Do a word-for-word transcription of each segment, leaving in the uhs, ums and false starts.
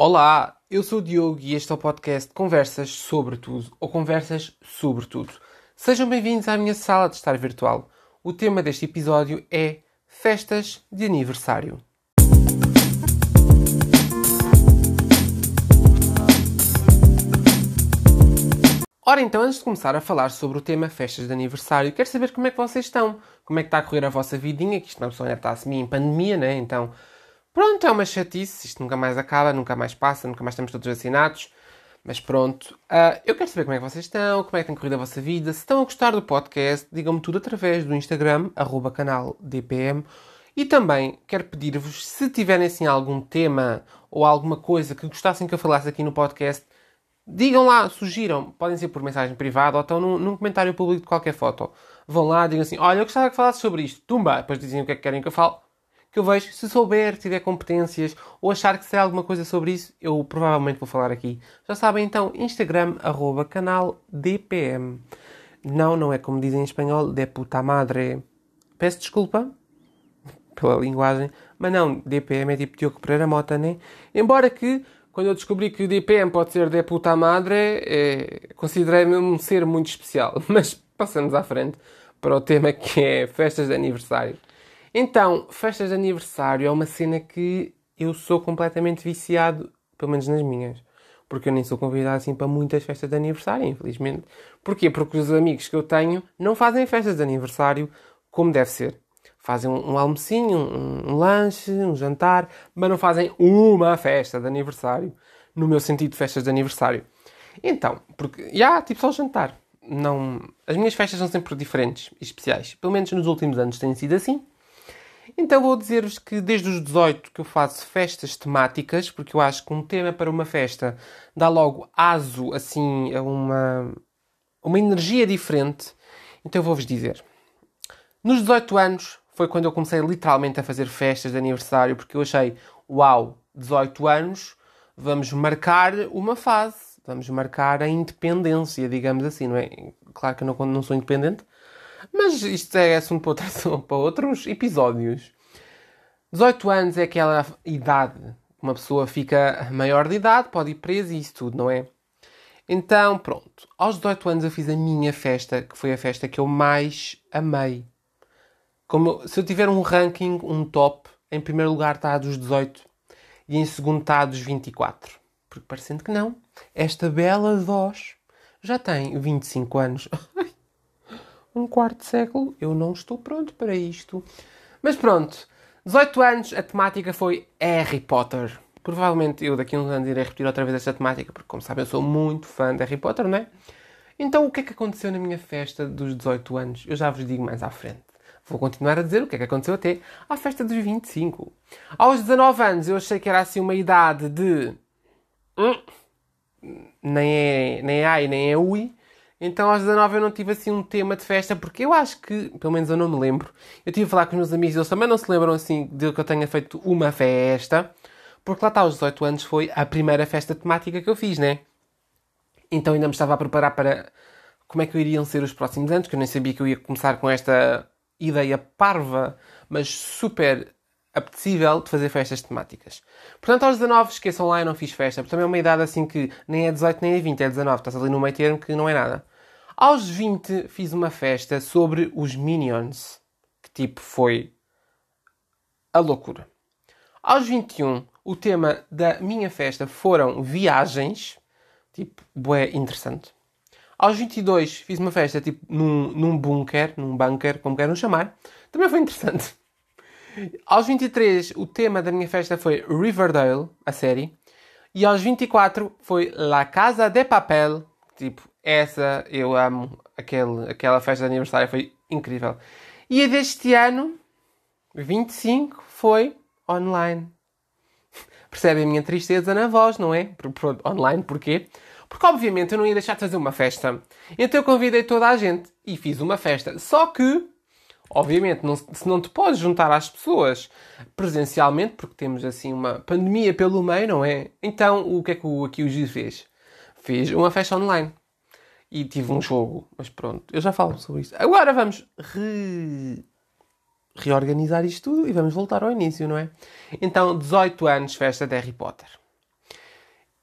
Olá, eu sou o Diogo e este é o podcast Conversas sobre Tudo, ou Conversas sobre Tudo. Sejam bem-vindos à minha sala de estar virtual. O tema deste episódio é festas de aniversário. Ora então, antes de começar a falar sobre o tema festas de aniversário, quero saber como é que vocês estão. Como é que está a correr a vossa vidinha, que isto uma pessoa ainda está assim em pandemia, né? Então, pronto, é uma chatice. Isto nunca mais acaba, nunca mais passa, nunca mais estamos todos vacinados. Mas pronto, uh, eu quero saber como é que vocês estão, como é que tem corrido a vossa vida. Se estão a gostar do podcast, digam-me tudo através do Instagram, arroba canal D P M. E também quero pedir-vos, se tiverem assim algum tema ou alguma coisa que gostassem que eu falasse aqui no podcast, digam lá, sugiram. Podem ser por mensagem privada ou então num, num comentário público de qualquer foto. Vão lá, digam assim, olha, eu gostava que falasse sobre isto. Tumba! Depois dizem o que é que querem que eu fale. Que eu vejo, se souber, tiver competências ou achar que sei alguma coisa sobre isso, eu provavelmente vou falar aqui. Já sabem então, Instagram, arroba canal D P M. Não, não é como dizem em espanhol, de puta madre. Peço desculpa pela linguagem, mas não, D P M é tipo Diogo Pereira Mota, né? Embora que, quando eu descobri que D P M pode ser de puta madre, é, considerei-me um ser muito especial. Mas passamos à frente para o tema que é festas de aniversário. Então, festas de aniversário é uma cena que eu sou completamente viciado, pelo menos nas minhas. Porque eu nem sou convidado assim para muitas festas de aniversário, infelizmente. Porquê? Porque os amigos que eu tenho não fazem festas de aniversário como deve ser. Fazem um, um almocinho, um, um lanche, um jantar, mas não fazem uma festa de aniversário. No meu sentido de festas de aniversário. Então, porque, já, yeah, tipo só jantar. Não, as minhas festas são sempre diferentes e especiais. Pelo menos nos últimos anos tem sido assim. Então vou dizer-vos que desde os dezoito que eu faço festas temáticas, porque eu acho que um tema para uma festa dá logo aso, assim, a uma, uma energia diferente. Então eu vou-vos dizer. Nos dezoito anos foi quando eu comecei literalmente a fazer festas de aniversário, porque eu achei, uau, dezoito anos, vamos marcar uma fase, vamos marcar a independência, digamos assim, não é? Claro que eu não, não sou independente, mas isto é assunto para, outro, para outros episódios. dezoito anos é aquela idade que uma pessoa fica maior de idade, pode ir presa e isso tudo, não é? Então, pronto. Aos dezoito anos eu fiz a minha festa, que foi a festa que eu mais amei. Como, se eu tiver um ranking, um top, em primeiro lugar está a dos dezoito e em segundo está a dos vinte e quatro. Porque parecendo que não, esta bela voz já tem vinte e cinco anos. Um quarto de século, eu não estou pronto para isto. Mas pronto, dezoito anos, a temática foi Harry Potter. Provavelmente eu daqui a uns anos irei repetir outra vez esta temática, porque como sabem eu sou muito fã de Harry Potter, não é? Então o que é que aconteceu na minha festa dos dezoito anos? Eu já vos digo mais à frente. Vou continuar a dizer o que é que aconteceu até à festa dos vinte e cinco. Aos dezanove anos eu achei que era assim uma idade de... Nem é, nem é A e nem é U I. Então aos dezanove eu não tive assim um tema de festa, porque eu acho que, pelo menos eu não me lembro, eu tive a falar com os meus amigos, eles também não se lembram assim de que eu tenha feito uma festa, porque lá está, aos dezoito anos foi a primeira festa temática que eu fiz, né? Então ainda me estava a preparar para como é que iriam ser os próximos anos, que eu nem sabia que eu ia começar com esta ideia parva, mas super apetecível de fazer festas temáticas. Portanto, aos dezanove, esqueçam lá, eu não fiz festa, porque também é uma idade assim que nem é dezoito nem é vinte, é dezanove, estás ali no meio termo que não é nada. Aos vinte fiz uma festa sobre os Minions, que tipo foi a loucura. Aos vinte e um, o tema da minha festa foram viagens, tipo, bué interessante. Aos vinte e dois fiz uma festa tipo num, num bunker, num bunker, como queiram chamar, também foi interessante. Aos vinte e três, o tema da minha festa foi Riverdale, a série. E aos vinte e quatro foi La Casa de Papel. Tipo, essa eu amo. Aquele, aquela festa de aniversário foi incrível. E a deste ano, vinte e cinco, foi online. Percebem a minha tristeza na voz, não é? Pronto, online, porquê? Porque obviamente eu não ia deixar de fazer uma festa. Então eu convidei toda a gente e fiz uma festa. Só que... Obviamente, não, se não te podes juntar às pessoas presencialmente, porque temos assim uma pandemia pelo meio, não é? Então, o que é que o, aqui o Gil fez? Fez uma festa online. E tive um jogo. Mas pronto, eu já falo sobre isso. Agora vamos re... reorganizar isto tudo e vamos voltar ao início, não é? Então, dezoito anos, festa de Harry Potter.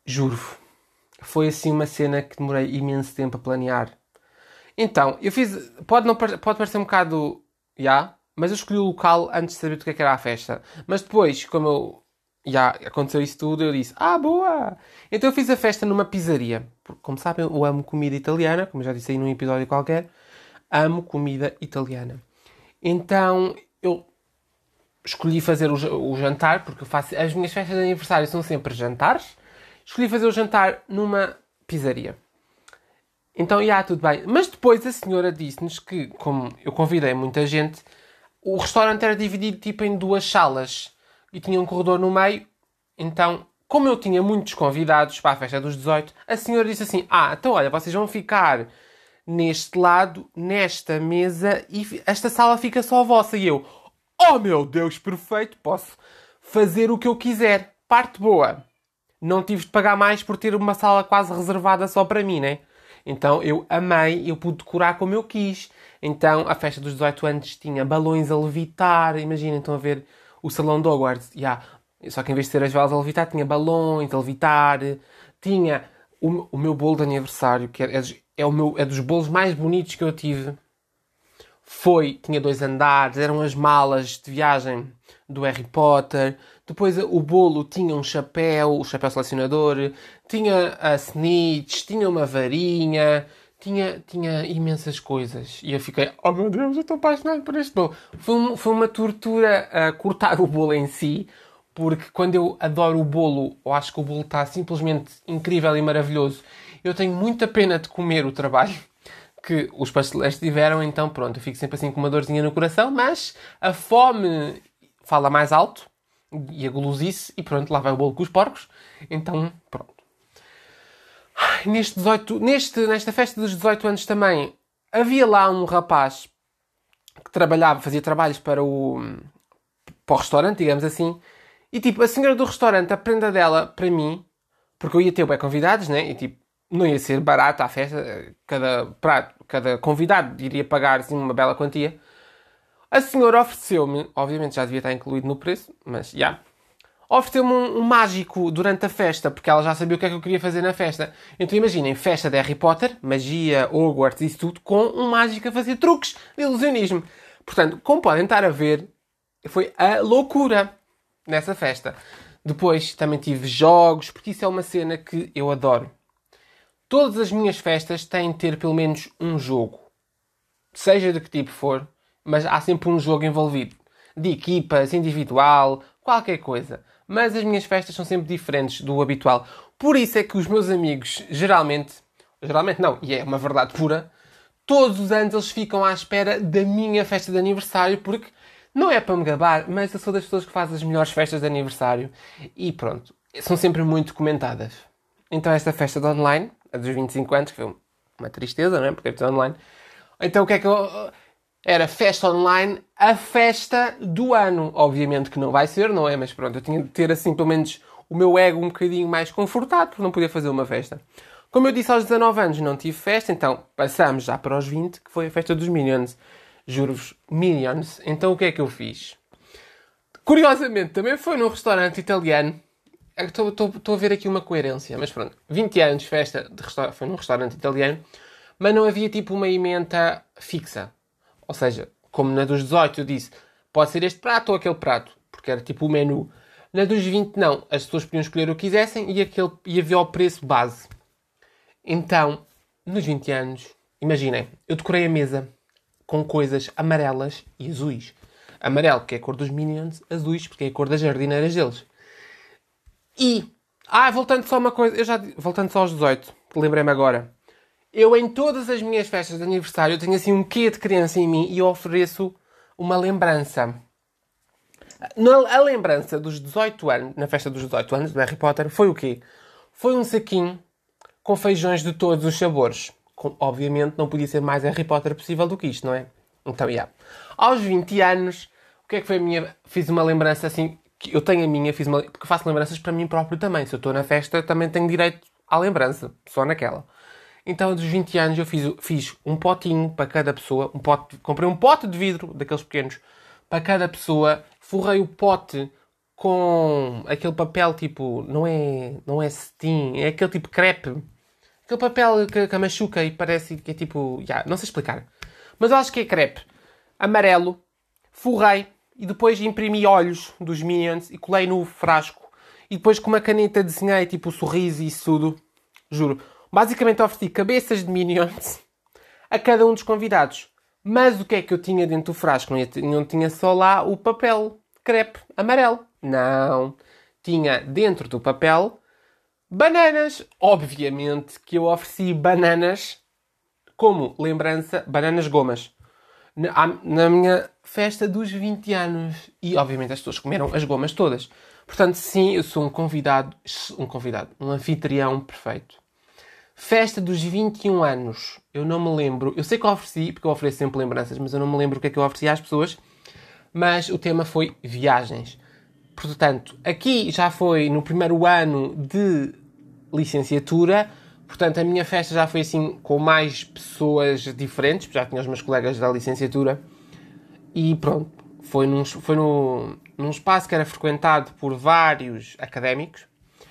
Juro. Foi assim uma cena que demorei imenso tempo a planear. Então, eu fiz... Pode, não, pode parecer um bocado... Já, yeah, mas eu escolhi o local antes de saber do que é que era a festa. Mas depois, como eu... Já yeah, aconteceu isso tudo, eu disse... Ah, boa! Então eu fiz a festa numa pizzaria. Porque, como sabem, eu amo comida italiana. Como eu já disse aí num episódio qualquer. Amo comida italiana. Então, eu escolhi fazer o, o jantar. Porque eu faço... As minhas festas de aniversário são sempre jantares. Escolhi fazer o jantar numa pizzaria. Então, já, tudo bem. Mas depois a senhora disse-nos que, como eu convidei muita gente, o restaurante era dividido tipo em duas salas. E tinha um corredor no meio. Então, como eu tinha muitos convidados para a festa dos dezoito, a senhora disse assim, ah, então olha, vocês vão ficar neste lado, nesta mesa, e esta sala fica só vossa. E eu, oh meu Deus, perfeito, posso fazer o que eu quiser. Parte boa. Não tive de pagar mais por ter uma sala quase reservada só para mim, né? Então eu amei, eu pude decorar como eu quis. Então a festa dos dezoito anos tinha balões a levitar. Imaginem, estão a ver o salão de Hogwarts. Yeah. Só que em vez de ter as velas a levitar, tinha balões a levitar. Tinha o, o meu bolo de aniversário, que é, é, é, o meu, é dos bolos mais bonitos que eu tive. Foi, tinha dois andares, eram as malas de viagem do Harry Potter. Depois o bolo tinha um chapéu, o chapéu selecionador, tinha a snitch, tinha uma varinha, tinha, tinha imensas coisas. E eu fiquei, oh meu Deus, eu estou apaixonado por este bolo. Foi, um, foi uma tortura uh, cortar o bolo em si, porque quando eu adoro o bolo, ou acho que o bolo está simplesmente incrível e maravilhoso, eu tenho muita pena de comer o trabalho que os pasteleiros tiveram, então pronto, eu fico sempre assim com uma dorzinha no coração, mas a fome fala mais alto e a gulosice, e pronto, lá vai o bolo com os porcos. Então, pronto. Neste dezoito, neste, nesta festa dos dezoito anos também, havia lá um rapaz que trabalhava, fazia trabalhos para o, para o restaurante, digamos assim, e tipo, a senhora do restaurante, a prenda dela para mim, porque eu ia ter bem convidados, né, e tipo, não ia ser barata a festa, cada prato, cada convidado iria pagar assim uma bela quantia. A senhora ofereceu-me, obviamente já devia estar incluído no preço, mas já. Yeah, ofereceu-me um, um mágico durante a festa, porque ela já sabia o que é que eu queria fazer na festa. Então imaginem, festa de Harry Potter, magia, Hogwarts, isso tudo, com um mágico a fazer truques de ilusionismo. Portanto, como podem estar a ver, foi a loucura nessa festa. Depois também tive jogos, porque isso é uma cena que eu adoro. Todas as minhas festas têm de ter pelo menos um jogo. Seja de que tipo for, mas há sempre um jogo envolvido. De equipas, individual, qualquer coisa. Mas as minhas festas são sempre diferentes do habitual. Por isso é que os meus amigos, geralmente... Geralmente não, e é uma verdade pura. Todos os anos eles ficam à espera da minha festa de aniversário, porque não é para me gabar, mas eu sou das pessoas que fazem as melhores festas de aniversário. E pronto, são sempre muito comentadas. Então esta festa de online, a dos vinte e cinco anos, que foi uma tristeza, não é? Porque é online. Então o que é que eu... Era festa online, a festa do ano. Obviamente que não vai ser, não é? Mas pronto, eu tinha de ter assim pelo menos o meu ego um bocadinho mais confortado, porque não podia fazer uma festa. Como eu disse, aos dezanove anos não tive festa, então passamos já para os vinte, que foi a festa dos Minions. Juro-vos, Minions. Então o que é que eu fiz? Curiosamente, também foi num restaurante italiano. Estou a ver aqui uma coerência, mas pronto. vinte anos, festa, de resta- foi num restaurante italiano, mas não havia tipo uma emenda fixa. Ou seja, como na dos dezoito eu disse, pode ser este prato ou aquele prato, porque era tipo o menu. Na dos vinte não, as pessoas podiam escolher o que quisessem e, aquele, e havia o preço base. Então, nos vinte anos, imaginem, eu decorei a mesa com coisas amarelas e azuis. Amarelo, que é a cor dos Minions, azuis, porque é a cor das jardineiras deles. E, ah, voltando só uma coisa, eu já, voltando só aos dezoito, lembrei-me agora. Eu, em todas as minhas festas de aniversário, tenho assim um quê de criança em mim e eu ofereço uma lembrança. Na, a lembrança dos dezoito anos, na festa dos dezoito anos do Harry Potter, foi o quê? Foi um saquinho com feijões de todos os sabores. Com, obviamente não podia ser mais Harry Potter possível do que isto, não é? Então, já. Yeah. Aos vinte anos, o que é que foi a minha... Fiz uma lembrança assim... que eu tenho a minha, fiz uma... porque faço lembranças para mim próprio também. Se eu estou na festa, também tenho direito à lembrança. Só naquela. Então, dos vinte anos, eu fiz, fiz um potinho para cada pessoa. Um pote, comprei um pote de vidro, daqueles pequenos, para cada pessoa. Forrei o pote com aquele papel tipo, não é, não é cetim, é aquele tipo crepe. Aquele papel que, que machuca e parece que é tipo, já, não sei explicar. Mas eu acho que é crepe. Amarelo, forrei e depois imprimi olhos dos Minions e colei no frasco. E depois com uma caneta desenhei tipo o sorriso e isso tudo. Juro. Basicamente ofereci cabeças de Minions a cada um dos convidados. Mas o que é que eu tinha dentro do frasco? Não, não tinha só lá o papel crepe amarelo. Não. Tinha dentro do papel bananas. Obviamente que eu ofereci bananas como lembrança, bananas gomas. Na, na minha festa dos vinte anos. E obviamente as pessoas comeram as gomas todas. Portanto, sim, eu sou um convidado, um convidado, um anfitrião perfeito. Festa dos vinte e um anos. Eu não me lembro. Eu sei que eu ofereci, porque eu ofereço sempre lembranças, mas eu não me lembro o que é que eu ofereci às pessoas. Mas o tema foi viagens. Portanto, aqui já foi no primeiro ano de licenciatura. Portanto, a minha festa já foi assim com mais pessoas diferentes. Já tinha os meus colegas da licenciatura. E pronto. Foi, num, foi no, num espaço que era frequentado por vários académicos.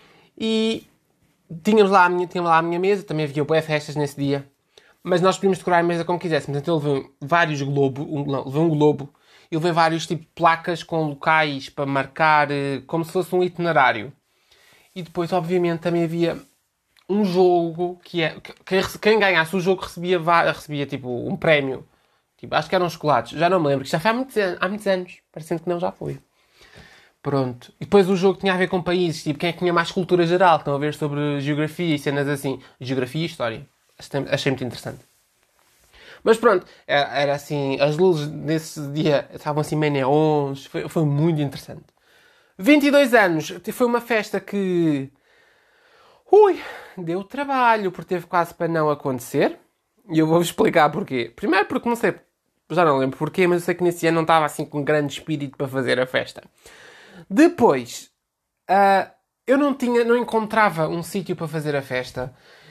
E tínhamos lá a minha, tínhamos lá a minha mesa. Também havia bué festas nesse dia. Mas nós podíamos decorar a mesa como quiséssemos. Então eu levei vários globos. Um, não, levei um globo. E levei vários tipo placas com locais para marcar. Como se fosse um itinerário. E depois, obviamente, também havia um jogo que é... Quem, quem ganhasse o jogo recebia, recebia tipo um prémio. Tipo, acho que eram chocolates. Já não me lembro. Que já foi há muitos anos. Há muitos anos. Parecendo que não, já foi. Pronto. E depois o jogo tinha a ver com países. Tipo, quem é que tinha mais cultura geral. Estão a ver sobre geografia e cenas assim. Geografia e história. Achei muito interessante. Mas pronto. Era, era assim... As luzes nesse dia estavam assim meio neons. Foi, foi muito interessante. vinte e dois anos. Foi uma festa que... Ui! Deu trabalho. Porque teve quase para não acontecer. E eu vou-vos explicar porquê. Primeiro porque não sei... Já não lembro porquê, mas eu sei que nesse ano não estava assim com grande espírito para fazer a festa. Depois, uh, eu não tinha, não encontrava um sítio para fazer a festa.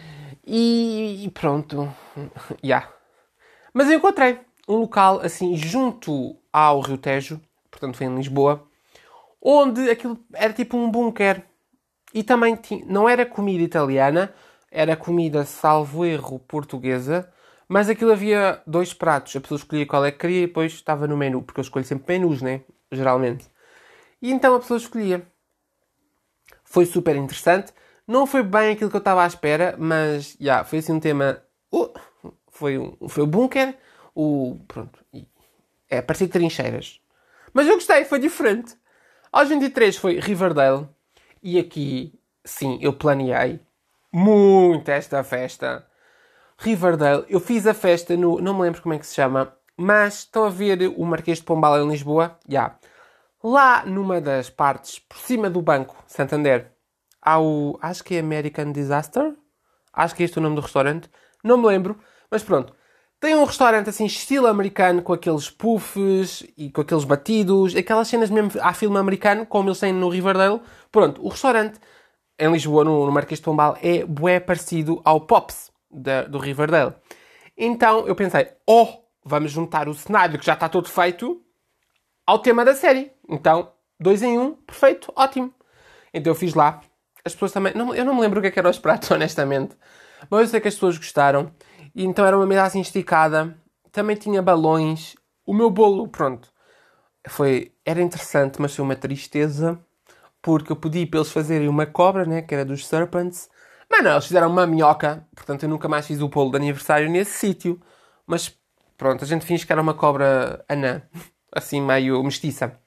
E, e pronto. Já. Yeah. Mas eu encontrei um local assim junto ao Rio Tejo. Portanto foi em Lisboa. Onde aquilo era tipo um bunker. E também tinha, não era comida italiana. Era comida, salvo erro, portuguesa. Mas aquilo havia dois pratos. A pessoa escolhia qual é que queria e depois estava no menu. Porque eu escolho sempre menus, né? Geralmente. E então a pessoa escolhia. Foi super interessante. Não foi bem aquilo que eu estava à espera. Mas, já, yeah, foi assim um tema... Uh, foi, um, foi o bunker. O... Pronto. É, parecia trincheiras. Mas eu gostei, foi diferente. Aos vinte e três foi Riverdale. E aqui, sim, eu planeei muito esta festa. Riverdale, eu fiz a festa no... Não me lembro como é que se chama. Mas estão a ver o Marquês de Pombal em Lisboa? Já. Yeah. Lá numa das partes, por cima do banco, Santander, há o... Acho que é American Disaster. Acho que é este o nome do restaurante. Não me lembro. Mas pronto. Tem um restaurante assim, estilo americano, com aqueles puffs e com aqueles batidos. Aquelas cenas mesmo à filme americano, como eles têm no Riverdale. Pronto, o restaurante em Lisboa, no, no Marquês de Pombal, é bué parecido ao Pops da, do Riverdale. Então eu pensei, oh, vamos juntar o cenário que já está todo feito ao tema da série. Então, dois em um, perfeito, ótimo. Então eu fiz lá. As pessoas também... Não, eu não me lembro o que é que eram os pratos, honestamente. Mas eu sei que as pessoas gostaram. E então era uma mesa assim esticada. Também tinha balões. O meu bolo, pronto. Foi... Era interessante, mas foi uma tristeza. Porque eu pedi para eles fazerem uma cobra, né? Que era dos Serpents. Mas não, eles fizeram uma minhoca. Portanto, eu nunca mais fiz o bolo de aniversário nesse sítio. Mas, pronto, a gente finge que era uma cobra anã. Assim, meio mestiça.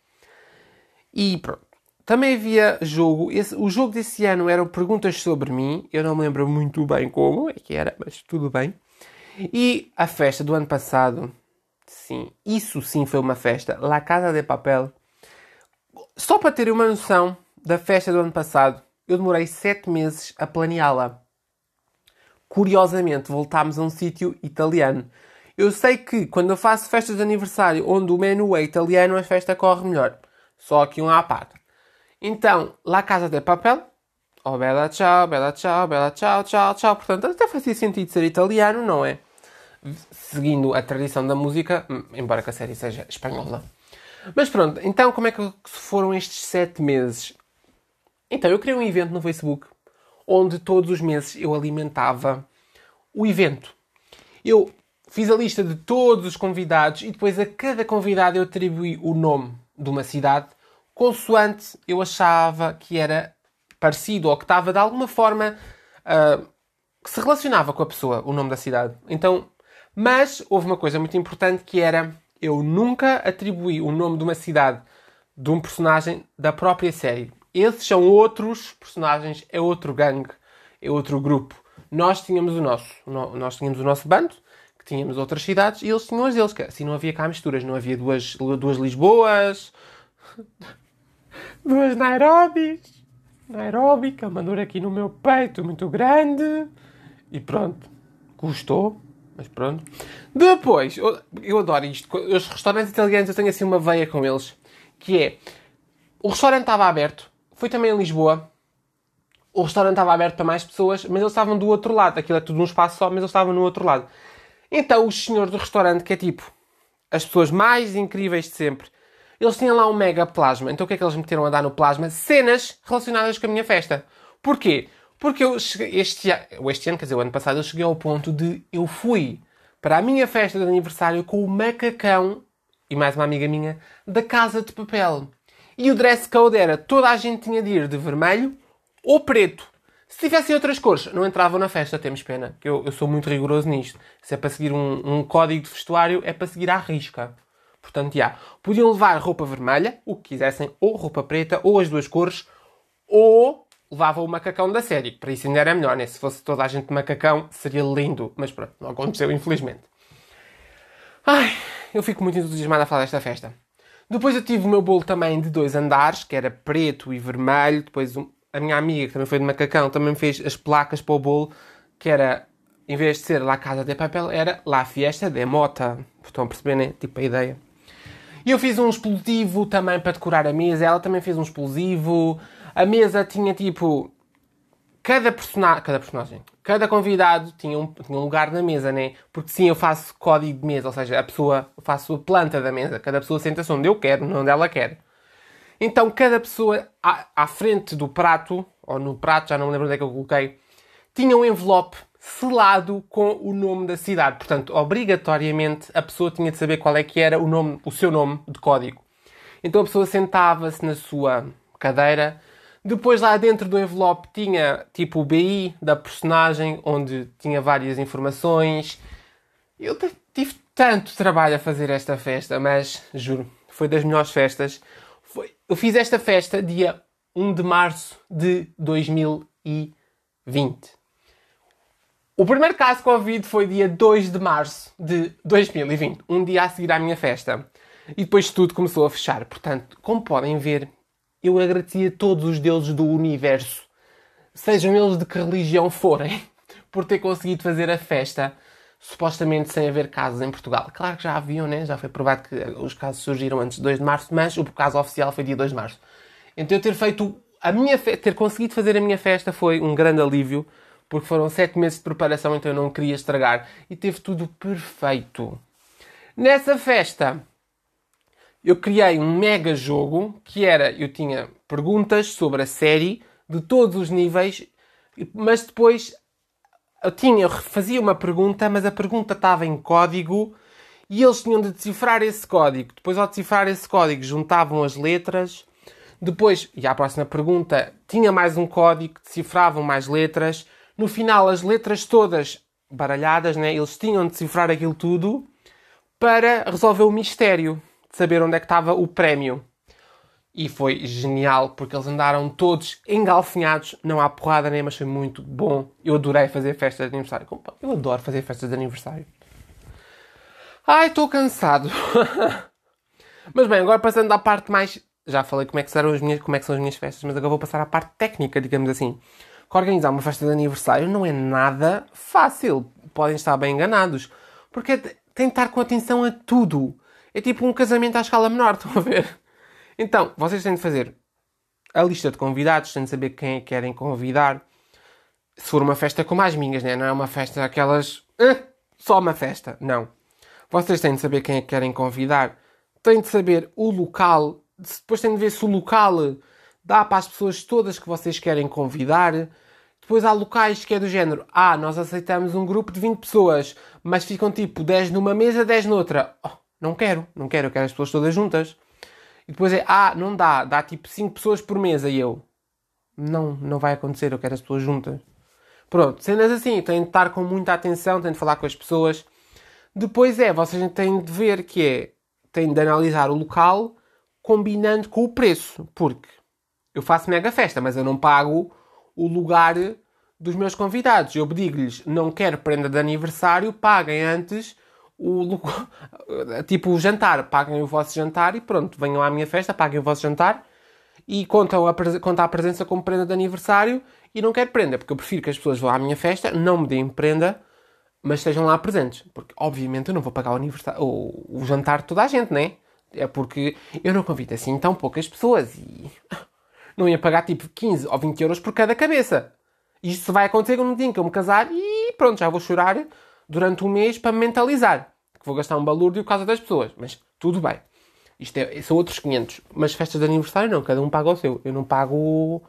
E pronto. Também havia jogo. Esse, o jogo desse ano eram perguntas sobre mim. Eu não me lembro muito bem como é que era, mas tudo bem. E a festa do ano passado. Sim, isso sim foi uma festa. La Casa de Papel. Só para terem uma noção da festa do ano passado, eu demorei sete meses a planeá-la. Curiosamente, voltámos a um sítio italiano. Eu sei que quando eu faço festas de aniversário onde o menu é italiano, a festa corre melhor. Só aqui um à parte. Então, La Casa de Papel. Oh, bella ciao, bella ciao, bella ciao, ciao, ciao. Portanto, até fazia sentido ser italiano, não é? Seguindo a tradição da música, embora que a série seja espanhola. Mas pronto, então como é que foram estes sete meses? Então, eu criei um evento no Facebook, onde todos os meses eu alimentava o evento. Eu fiz a lista de todos os convidados e depois a cada convidado eu atribuí o nome de uma cidade, consoante eu achava que era parecido ou que estava de alguma forma uh, que se relacionava com a pessoa, o nome da cidade. Então, mas houve uma coisa muito importante que era eu nunca atribuí o nome de uma cidade de um personagem da própria série. Esses são outros personagens, é outro gangue, é outro grupo. Nós tínhamos o nosso, nós tínhamos o nosso bando, que tínhamos outras cidades, e eles tinham as deles. Que assim não havia cá misturas, não havia duas, duas Lisboas, duas Nairobis, Nairobi, que é uma dor aqui no meu peito muito grande, e pronto, gostou, mas pronto. Depois, eu, eu adoro isto, os restaurantes italianos eu tenho assim uma veia com eles, que é, o restaurante estava aberto, foi também em Lisboa. O restaurante estava aberto para mais pessoas, mas eles estavam do outro lado. Aquilo é tudo num espaço só, mas eles estavam no outro lado. Então, os senhores do restaurante, que é tipo as pessoas mais incríveis de sempre, eles tinham lá um mega plasma. Então, o que é que eles meteram a dar no plasma? Cenas relacionadas com a minha festa. Porquê? Porque eu cheguei, este, ano, este ano, quer dizer, o ano passado, eu cheguei ao ponto de eu fui para a minha festa de aniversário com o macacão, e mais uma amiga minha, da Casa de Papel. E o dress code era, toda a gente tinha de ir de vermelho ou preto. Se tivessem outras cores, não entravam na festa, temos pena. Eu, eu sou muito rigoroso nisto. Se é para seguir um, um código de vestuário, é para seguir à risca. Portanto, já. Podiam levar roupa vermelha, o que quisessem, ou roupa preta, ou as duas cores, ou levavam o macacão da série. Para isso ainda era melhor, né? Se fosse toda a gente de macacão, seria lindo. Mas pronto, não aconteceu, infelizmente. Ai, eu fico muito entusiasmado a falar desta festa. Depois eu tive o meu bolo também de dois andares, que era preto e vermelho. Depois a minha amiga, que também foi de macacão, também me fez as placas para o bolo, que era, em vez de ser La Casa de Papel, era La Fiesta de Mota. Estão a perceber, né? Tipo a ideia. E eu fiz um explosivo também para decorar a mesa. Ela também fez um explosivo. A mesa tinha tipo... Cada personagem... Cada personagem... Cada convidado tinha um, tinha um lugar na mesa, né? Porque sim, eu faço código de mesa. Ou seja, a pessoa... Eu faço a planta da mesa. Cada pessoa senta-se onde eu quero, não onde ela quer. Então, cada pessoa à, à frente do prato, ou no prato, já não me lembro onde é que eu coloquei, tinha um envelope selado com o nome da cidade. Portanto, obrigatoriamente, a pessoa tinha de saber qual é que era o, nome, o seu nome de código. Então, a pessoa sentava-se na sua cadeira. Depois, lá dentro do envelope, tinha tipo o B I da personagem, onde tinha várias informações. Eu tive tanto trabalho a fazer esta festa, mas, juro, foi das melhores festas. Foi... Eu fiz esta festa dia um de março de dois mil e vinte. O primeiro caso de Covid foi dia dois de março de dois mil e vinte. Um dia a seguir à minha festa. E depois tudo começou a fechar. Portanto, como podem ver, eu agradeci a todos os deuses do universo, sejam eles de que religião forem, por ter conseguido fazer a festa, supostamente sem haver casos em Portugal. Claro que já haviam, né? Já foi provado que os casos surgiram antes de dois de março, mas o caso oficial foi dia dois de março. Então eu ter feito a minha fe... ter conseguido fazer a minha festa foi um grande alívio, porque foram sete meses de preparação, então eu não queria estragar. E teve tudo perfeito. Nessa festa, eu criei um mega jogo, que era, eu tinha perguntas sobre a série, de todos os níveis, mas depois eu tinha, eu fazia uma pergunta, mas a pergunta estava em código, e eles tinham de decifrar esse código. Depois, ao decifrar esse código, juntavam as letras. Depois, e à próxima pergunta, tinha mais um código, decifravam mais letras. No final, as letras todas baralhadas, né? Eles tinham de decifrar aquilo tudo para resolver o mistério, de saber onde é que estava o prémio. E foi genial, porque eles andaram todos engalfinhados, não há porrada nem, mas foi muito bom. Eu adorei fazer festas de aniversário. Eu adoro fazer festas de aniversário. Ai, estou cansado. Mas bem, agora passando à parte mais... Já falei como é que são as minhas, como é que são as minhas festas, mas agora vou passar à parte técnica, digamos assim. Que organizar uma festa de aniversário não é nada fácil. Podem estar bem enganados. Porque tem de estar com atenção a tudo. É tipo um casamento à escala menor, estão a ver? Então, vocês têm de fazer a lista de convidados, têm de saber quem é que querem convidar. Se for uma festa como as minhas, né? Não é uma festa aquelas... Uh, só uma festa. Não. Vocês têm de saber quem é que querem convidar. tem de saber o local, depois tem de ver se o local dá para as pessoas todas que vocês querem convidar. Depois há locais que é do género, ah, nós aceitamos um grupo de vinte pessoas, mas ficam tipo dez numa mesa, dez noutra. Oh, não quero, não quero, eu quero as pessoas todas juntas. E depois é, ah, não dá, dá tipo cinco pessoas por mesa e eu, não, não vai acontecer, eu quero as pessoas juntas. Pronto, cenas assim, têm de estar com muita atenção, têm de falar com as pessoas. Depois é, vocês têm de ver que é, têm de analisar o local combinando com o preço, porque eu faço mega festa, mas eu não pago o lugar dos meus convidados. Eu digo-lhes, não quero prenda de aniversário, paguem antes o tipo o jantar, paguem o vosso jantar e pronto, venham à minha festa, paguem o vosso jantar e contam a, contam a presença como prenda de aniversário e não quero prenda, porque eu prefiro que as pessoas vão à minha festa, não me deem prenda, mas estejam lá presentes. Porque, obviamente, eu não vou pagar o, aniversário, o, o jantar de toda a gente, né? É porque eu não convido assim tão poucas pessoas e não ia pagar tipo quinze ou vinte euros por cada cabeça. Isto vai acontecer no dia em que eu me casar e pronto, já vou chorar durante um mês para me mentalizar. Que vou gastar um balúrdio por causa das pessoas. Mas tudo bem. Isto é, são outros quinhentos. Mas festas de aniversário não, cada um paga o seu. Eu não pago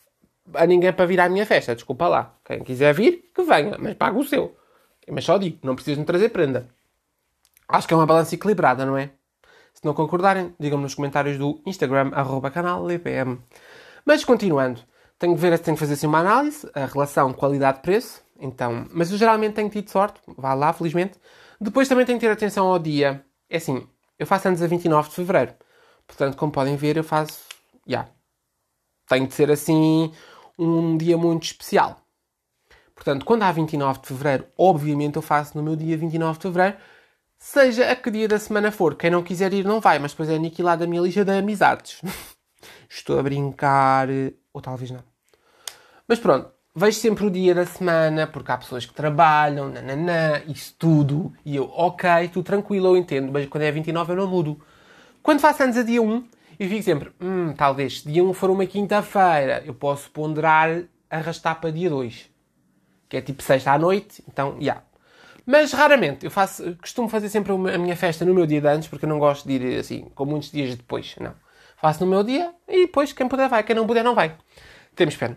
a ninguém para vir à minha festa, desculpa lá. Quem quiser vir, que venha, mas paga o seu. Mas só digo, não precisam trazer prenda. Acho que é uma balança equilibrada, não é? Se não concordarem, digam-me nos comentários do Instagram, arroba canal L P M. Mas continuando, tenho de ver se tenho de fazer assim uma análise, a relação qualidade-preço. Então, mas eu geralmente tenho tido sorte, vá lá, felizmente. Depois também tenho de ter atenção ao dia. É assim, eu faço anos a vinte e nove de fevereiro. Portanto, como podem ver, eu faço... Já. Yeah, tem de ser assim um dia muito especial. Portanto, quando há vinte e nove de fevereiro, obviamente eu faço no meu dia vinte e nove de fevereiro, seja a que dia da semana for. Quem não quiser ir não vai, mas depois é aniquilado a minha lista de amizades. Estou a brincar, ou talvez não. Mas pronto, vejo sempre o dia da semana, porque há pessoas que trabalham, nananã, isso tudo. E eu, ok, tudo tranquilo, eu entendo, mas quando é vinte e nove eu não mudo. Quando faço anos a dia um, eu fico sempre, hum, talvez se dia um for uma quinta-feira, eu posso ponderar arrastar para dia dois. Que é tipo sexta à noite, então, já. Yeah. Mas raramente, eu faço, costumo fazer sempre a minha festa no meu dia de antes, porque eu não gosto de ir assim, com muitos dias depois, não. Faço no meu dia e depois quem puder vai, quem não puder não vai. Temos pena.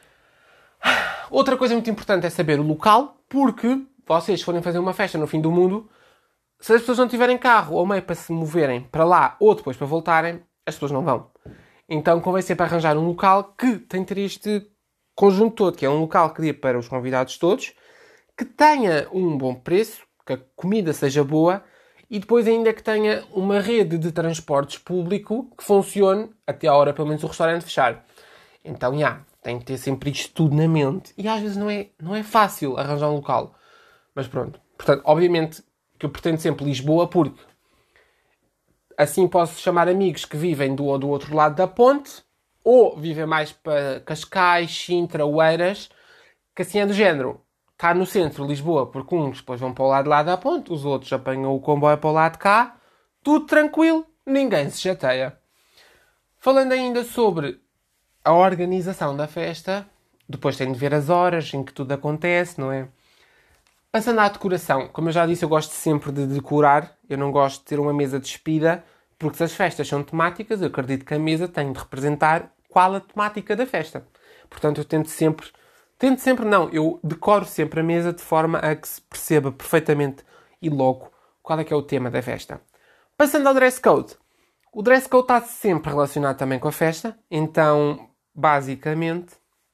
Outra coisa muito importante é saber o local, porque vocês forem fazer uma festa no fim do mundo, se as pessoas não tiverem carro ou meio para se moverem para lá ou depois para voltarem, as pessoas não vão. Então convém sempre arranjar um local que tem de ter este conjunto todo, que é um local que dê para os convidados todos, que tenha um bom preço, que a comida seja boa e depois ainda que tenha uma rede de transportes público que funcione até a hora, pelo menos, o restaurante fechar. Então, já, yeah, tem que ter sempre isto tudo na mente. E às vezes não é, não é fácil arranjar um local. Mas pronto. Portanto, obviamente que eu pretendo sempre Lisboa porque assim posso chamar amigos que vivem do, do outro lado da ponte ou vivem mais para Cascais, Sintra, Oeiras, que assim é do género. Está no centro de Lisboa, porque uns depois vão para o lado de lá da ponte, os outros apanham o comboio para o lado de cá. Tudo tranquilo, ninguém se chateia. Falando ainda sobre a organização da festa, depois tem de ver as horas em que tudo acontece, não é? Passando à decoração, como eu já disse, eu gosto sempre de decorar. Eu não gosto de ter uma mesa despida, porque se as festas são temáticas, eu acredito que a mesa tem de representar qual a temática da festa. Portanto, eu tento sempre... Tento sempre não, eu decoro sempre a mesa de forma a que se perceba perfeitamente e logo qual é que é o tema da festa. Passando ao dress code. O dress code está sempre relacionado também com a festa, então, basicamente,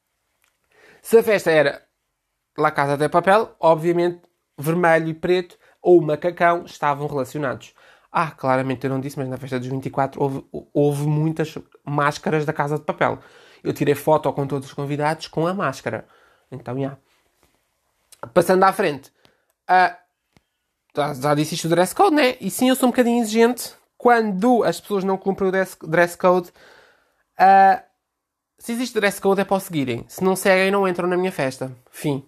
se a festa era La Casa de Papel, obviamente, vermelho e preto ou macacão estavam relacionados. Ah, claramente eu não disse, mas na festa dos vinte e quatro houve, houve muitas máscaras da Casa de Papel. Eu tirei foto com todos os convidados com a máscara. Então, já. Yeah. Passando à frente. Uh, já, já disse isto do dress code, né? E sim, eu sou um bocadinho exigente. Quando as pessoas não cumprem o dress, dress code, uh, se existe dress code é para o seguirem. Se não seguem, não entram na minha festa. Fim.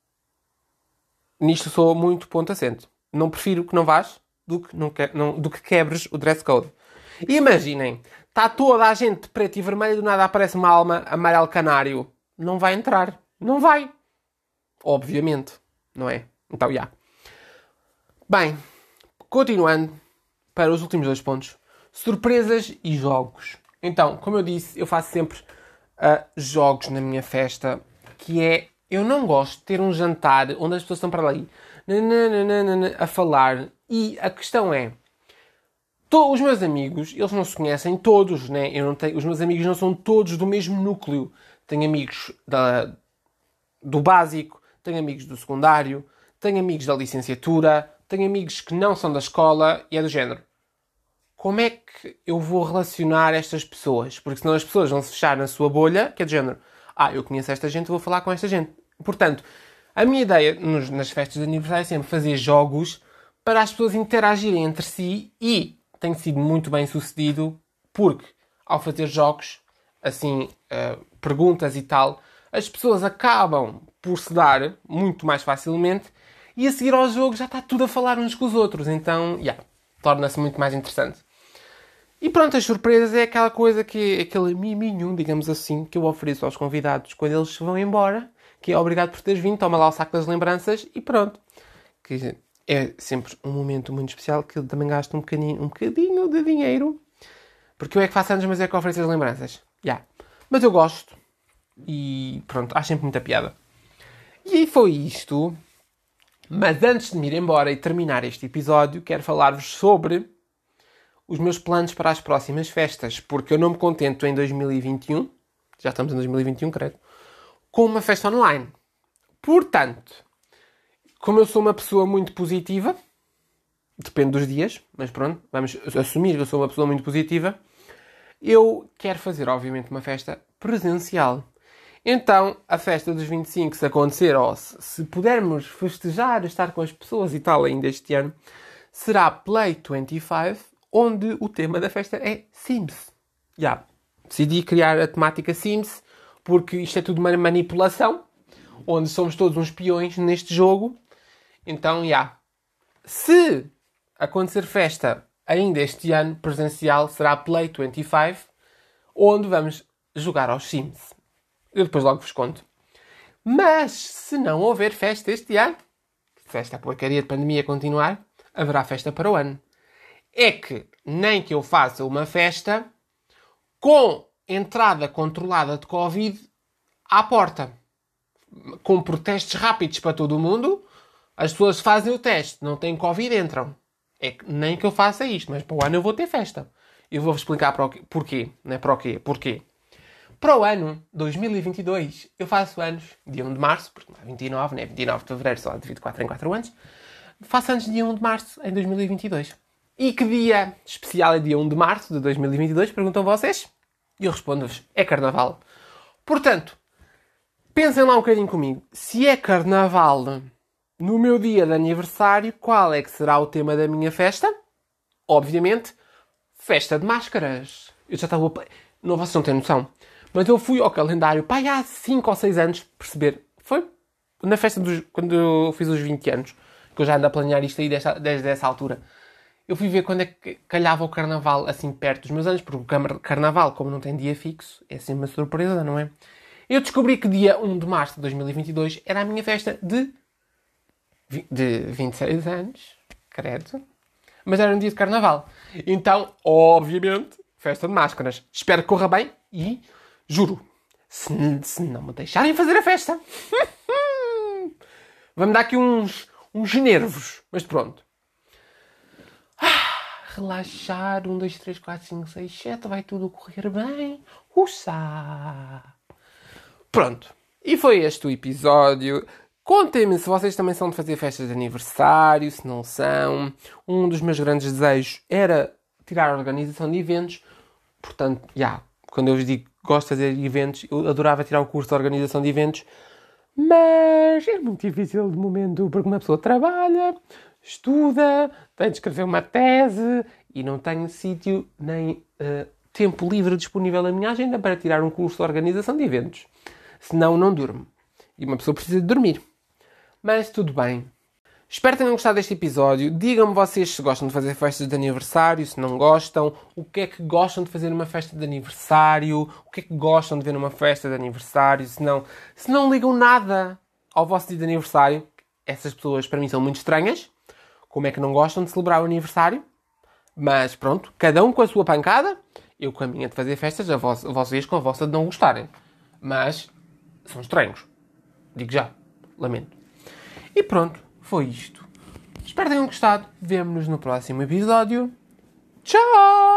Nisto sou muito ponto acento. Não prefiro que não vás do que, não que, não, do que quebres o dress code. E imaginem, está toda a gente de preto e vermelho e do nada aparece uma alma amarelo canário. Não vai entrar. Não vai. Obviamente. Não é? Então, já. Yeah. Bem, continuando. para os últimos dois pontos. Surpresas e jogos. Então, como eu disse, eu faço sempre uh, jogos na minha festa, que é, eu não gosto de ter um jantar onde as pessoas estão para ali nananana, a falar, e a questão é, to, os meus amigos, eles não se conhecem todos, né? Eu não tenho, os meus amigos não são todos do mesmo núcleo. Tenho amigos da, do básico, tenho amigos do secundário, tenho amigos da licenciatura, tenho amigos que não são da escola, e é do género. Como é que eu vou relacionar estas pessoas? Porque senão as pessoas vão se fechar na sua bolha, que é do género. Ah, eu conheço esta gente, vou falar com esta gente. Portanto, a minha ideia nos, nas festas de aniversário é sempre fazer jogos para as pessoas interagirem entre si, e tem sido muito bem sucedido porque, ao fazer jogos, assim, uh, perguntas e tal, as pessoas acabam por se dar muito mais facilmente, e a seguir ao jogo já está tudo a falar uns com os outros. Então, yeah, torna-se muito mais interessante. E pronto, as surpresas é aquela coisa que, aquele miminho, digamos assim, que eu ofereço aos convidados quando eles se vão embora, que é obrigado por teres vindo, toma lá o saco das lembranças e pronto. Que é sempre um momento muito especial, que eu também gasto um bocadinho, um bocadinho de dinheiro, porque eu é que faço anos, mas é que ofereço as lembranças. Yeah. Mas eu gosto e pronto, acho sempre muita piada. E aí foi isto. Mas antes de me ir embora e terminar este episódio, quero falar-vos sobre os meus planos para as próximas festas, porque eu não me contento em dois mil e vinte e um, já estamos em dois mil e vinte e um, credo, com uma festa online. Portanto, como eu sou uma pessoa muito positiva, depende dos dias, mas pronto, vamos assumir que eu sou uma pessoa muito positiva, eu quero fazer, obviamente, uma festa presencial. Então, a festa dos vinte e cinco, se acontecer, ou se, se pudermos festejar, estar com as pessoas e tal ainda este ano, será Play vinte e cinco, onde o tema da festa é Sims. Já, yeah. Decidi criar a temática Sims, porque isto é tudo uma manipulação, onde somos todos uns peões neste jogo. Então, já. Yeah. Se acontecer festa ainda este ano, presencial, será Play vinte e cinco, onde vamos jogar aos Sims. Eu depois logo vos conto. Mas, se não houver festa este ano, se esta porcaria de pandemia continuar, haverá festa para o ano. É que nem que eu faça uma festa com entrada controlada de Covid à porta, com protestos rápidos para todo o mundo, as pessoas fazem o teste, não têm Covid, entram. É que nem que eu faça isto, mas para o ano eu vou ter festa. Eu vou-vos explicar para o quê. Porquê. Não é para o quê. Porquê. Para o ano dois mil e vinte e dois, eu faço anos dia um de março, porque não é vinte e nove, não é vinte e nove de fevereiro, só de vinte e quatro em quatro anos. Faço anos dia um de março em dois mil e vinte e dois. E que dia especial é dia um de março de dois mil e vinte e dois? Perguntam vocês. E eu respondo-vos, é Carnaval. Portanto, pensem lá um bocadinho comigo. Se é Carnaval no meu dia de aniversário, qual é que será o tema da minha festa? Obviamente, festa de máscaras. Eu já estava... Não, vocês não têm noção. Mas eu fui ao calendário, pá, há cinco ou seis anos, perceber. Foi na festa dos... Quando eu fiz os vinte anos, que eu já ando a planear isto aí desde, desde essa altura. Eu fui ver quando é que calhava o Carnaval, assim, perto dos meus anos, porque o Carnaval, como não tem dia fixo, é sempre uma surpresa, não é? Eu descobri que dia um de março de dois mil e vinte e dois era a minha festa de, de vinte e seis anos, credo. Mas era um dia de Carnaval. Então, obviamente, festa de máscaras. Espero que corra bem e, juro, se, se não me deixarem fazer a festa, vai-me dar aqui uns, uns nervos. Mas pronto. Ah, relaxar. Um, dois, três, quatro, cinco, seis, sete. Vai tudo correr bem. Ussá. Pronto. E foi este o episódio. Contem-me se vocês também são de fazer festas de aniversário, se não são. Um dos meus grandes desejos era tirar a organização de eventos. Portanto, já, yeah, quando eu vos digo que gosto de fazer eventos, eu adorava tirar o curso de organização de eventos. Mas é muito difícil de momento, porque uma pessoa trabalha, estuda, tem de escrever uma tese e não tenho sítio nem uh, tempo livre disponível na minha agenda para tirar um curso de organização de eventos. Senão não durmo. E uma pessoa precisa de dormir. Mas tudo bem. Espero que tenham gostado deste episódio. Digam-me vocês se gostam de fazer festas de aniversário, se não gostam. O que é que gostam de fazer numa festa de aniversário? O que é que gostam de ver numa festa de aniversário? Se não, se não ligam nada ao vosso dia de aniversário, essas pessoas para mim são muito estranhas. Como é que não gostam de celebrar o aniversário? Mas pronto, cada um com a sua pancada. Eu com a minha de fazer festas, a vo- vocês com a vossa de não gostarem. Mas são estranhos. Digo já. Lamento. E pronto, foi isto. Espero que tenham gostado. Vemo-nos no próximo episódio. Tchau!